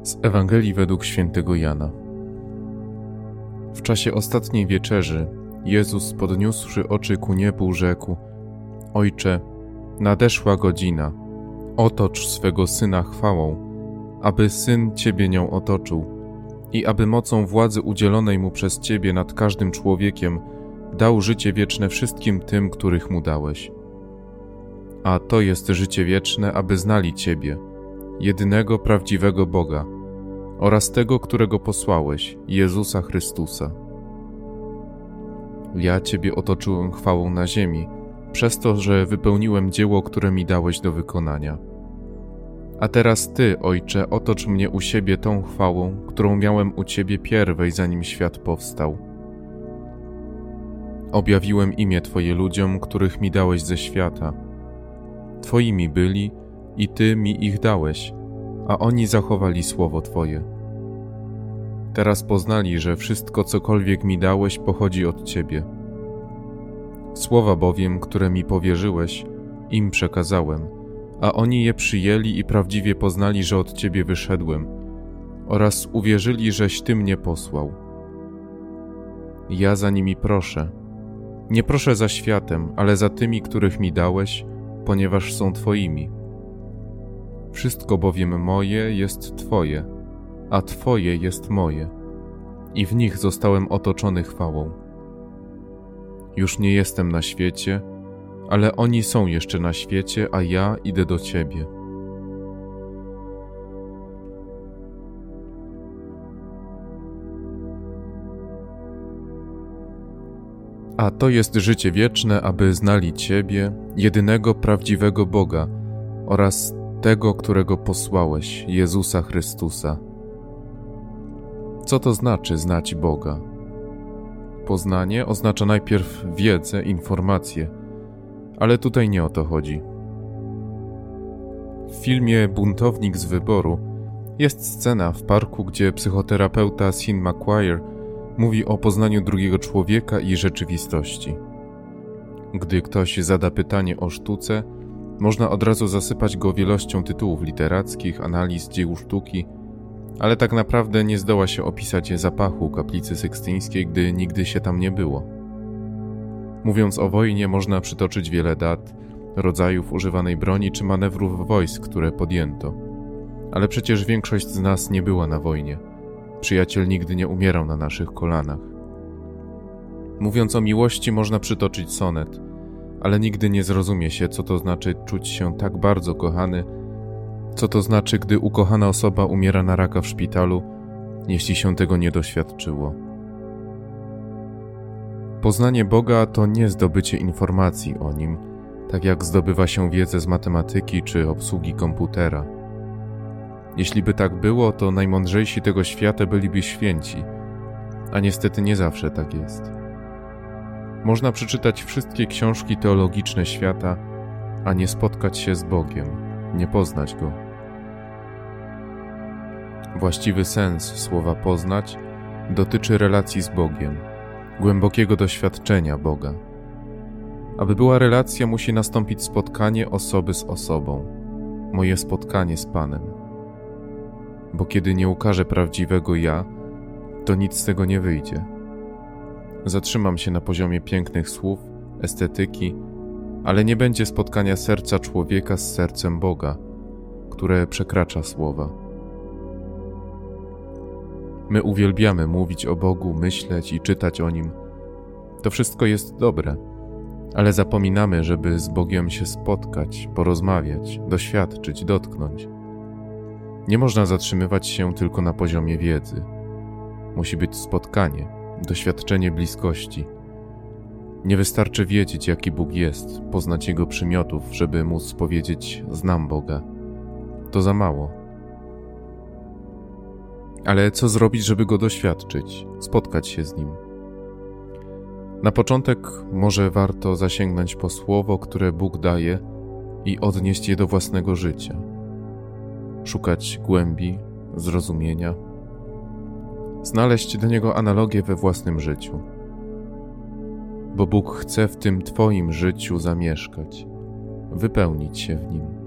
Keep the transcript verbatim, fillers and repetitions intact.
Z Ewangelii według świętego Jana. W czasie ostatniej wieczerzy Jezus, podniósłszy oczy ku niebu, rzekł: Ojcze, nadeszła godzina, otocz swego Syna chwałą, aby Syn Ciebie nią otoczył i aby mocą władzy udzielonej Mu przez Ciebie nad każdym człowiekiem dał życie wieczne wszystkim tym, których Mu dałeś. A to jest życie wieczne, aby znali Ciebie, jedynego prawdziwego Boga, oraz Tego, którego posłałeś, Jezusa Chrystusa. Ja Ciebie otoczyłem chwałą na ziemi, przez to, że wypełniłem dzieło, które mi dałeś do wykonania. A teraz Ty, Ojcze, otocz mnie u siebie tą chwałą, którą miałem u Ciebie pierwej, zanim świat powstał. Objawiłem imię Twoje ludziom, których mi dałeś ze świata. Twoimi byli i Ty mi ich dałeś, a oni zachowali słowo Twoje. Teraz poznali, że wszystko, cokolwiek mi dałeś, pochodzi od Ciebie. Słowa bowiem, które mi powierzyłeś, im przekazałem, a oni je przyjęli i prawdziwie poznali, że od Ciebie wyszedłem, oraz uwierzyli, żeś Ty mnie posłał. Ja za nimi proszę. Nie proszę za światem, ale za tymi, których mi dałeś, ponieważ są Twoimi. Wszystko bowiem moje jest Twoje, a Twoje jest moje, i w nich zostałem otoczony chwałą. Już nie jestem na świecie, ale oni są jeszcze na świecie, a ja idę do Ciebie. A to jest życie wieczne, aby znali Ciebie, jedynego prawdziwego Boga, oraz Tego, którego posłałeś, Jezusa Chrystusa. Co to znaczy znać Boga? Poznanie oznacza najpierw wiedzę, informacje, ale tutaj nie o to chodzi. W filmie Buntownik z wyboru jest scena w parku, gdzie psychoterapeuta Sean McGuire mówi o poznaniu drugiego człowieka i rzeczywistości. Gdy ktoś zada pytanie o sztuce, można od razu zasypać go wielością tytułów literackich, analiz dzieł sztuki, ale tak naprawdę nie zdoła się opisać zapachu kaplicy sykstyńskiej, gdy nigdy się tam nie było. Mówiąc o wojnie, można przytoczyć wiele dat, rodzajów używanej broni czy manewrów wojsk, które podjęto. Ale przecież większość z nas nie była na wojnie. Przyjaciel nigdy nie umierał na naszych kolanach. Mówiąc o miłości, można przytoczyć sonet, ale nigdy nie zrozumie się, co to znaczy czuć się tak bardzo kochany, co to znaczy, gdy ukochana osoba umiera na raka w szpitalu, jeśli się tego nie doświadczyło. Poznanie Boga to nie zdobycie informacji o Nim, tak jak zdobywa się wiedzę z matematyki czy obsługi komputera. Jeśli by tak było, to najmądrzejsi tego świata byliby święci, a niestety nie zawsze tak jest. Można przeczytać wszystkie książki teologiczne świata, a nie spotkać się z Bogiem, nie poznać Go. Właściwy sens słowa poznać dotyczy relacji z Bogiem, głębokiego doświadczenia Boga. Aby była relacja, musi nastąpić spotkanie osoby z osobą, moje spotkanie z Panem. Bo kiedy nie ukażę prawdziwego ja, to nic z tego nie wyjdzie. Zatrzymam się na poziomie pięknych słów, estetyki, ale nie będzie spotkania serca człowieka z sercem Boga, które przekracza słowa. My uwielbiamy mówić o Bogu, myśleć i czytać o Nim. To wszystko jest dobre, ale zapominamy, żeby z Bogiem się spotkać, porozmawiać, doświadczyć, dotknąć. Nie można zatrzymywać się tylko na poziomie wiedzy. Musi być spotkanie, doświadczenie bliskości. Nie wystarczy wiedzieć, jaki Bóg jest, poznać Jego przymiotów, żeby móc powiedzieć: znam Boga. To za mało. Ale co zrobić, żeby Go doświadczyć, spotkać się z Nim? Na początek może warto zasięgnąć po słowo, które Bóg daje, i odnieść je do własnego życia. Szukać głębi, zrozumienia, znaleźć do Niego analogię we własnym życiu. Bo Bóg chce w tym Twoim życiu zamieszkać, wypełnić się w nim.